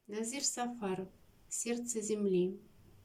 Назир Сафаров. Сердце земли.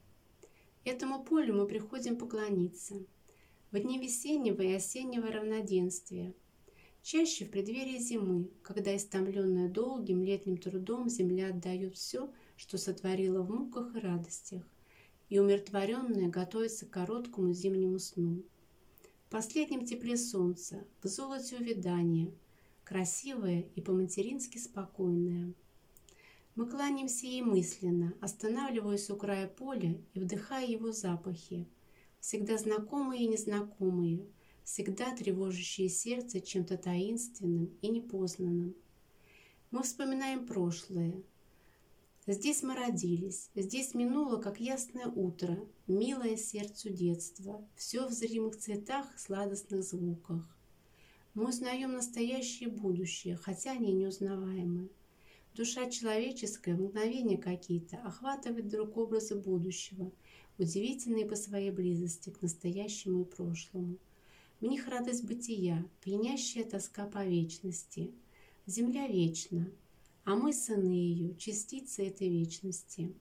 Этому полю мы приходим поклониться в дни весеннего и осеннего равноденствия, чаще в преддверии зимы, когда истомленная долгим летним трудом земля отдает все, что сотворила в муках и радостях, и умиротворенная готовится к короткому зимнему сну. В последнем тепле солнца, в золоте увядания, красивая и по-матерински спокойная. Мы кланяемся ей мысленно, останавливаясь у края поля и вдыхая его запахи, всегда знакомые и незнакомые, всегда тревожащие сердце чем-то таинственным и непознанным. Мы вспоминаем прошлое. Здесь мы родились, здесь минуло, как ясное утро, милое сердцу детство, все в зримых цветах и сладостных звуках. Мы узнаем настоящее и будущее, хотя они неузнаваемы. Душа человеческая в мгновения какие-то охватывает вдруг образы будущего, удивительные по своей близости к настоящему и прошлому. В них радость бытия, пьянящая тоска по вечности. Земля вечна, а мы, сыны ее, частицы этой вечности.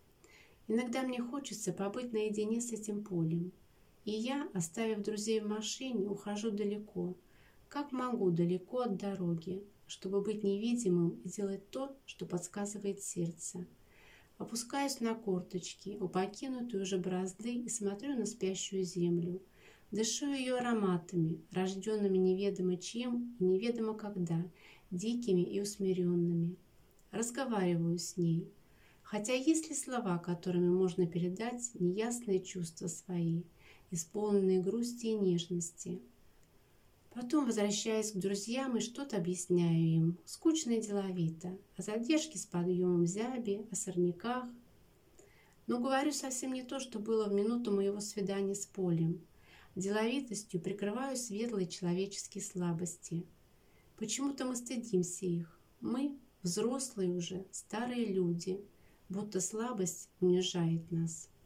Иногда мне хочется побыть наедине с этим полем, и я, оставив друзей в машине, ухожу далеко, как могу, далеко от дороги, чтобы быть невидимым и делать то, что подсказывает сердце. Опускаюсь на корточки, у покинутой уже борозды, и смотрю на спящую землю. Дышу ее ароматами, рожденными неведомо чем и неведомо когда, дикими и усмиренными. Разговариваю с ней. Хотя есть ли слова, которыми можно передать неясные чувства свои, исполненные грусти и нежности? Потом возвращаюсь к друзьям и что-то объясняю им, скучно и деловито, о задержке с подъемом зяби, о сорняках. Но говорю совсем не то, что было в минуту моего свидания с полем. Деловитостью прикрываю светлые человеческие слабости. Почему-то мы стыдимся их. Мы, взрослые уже, старые люди, будто слабость унижает нас.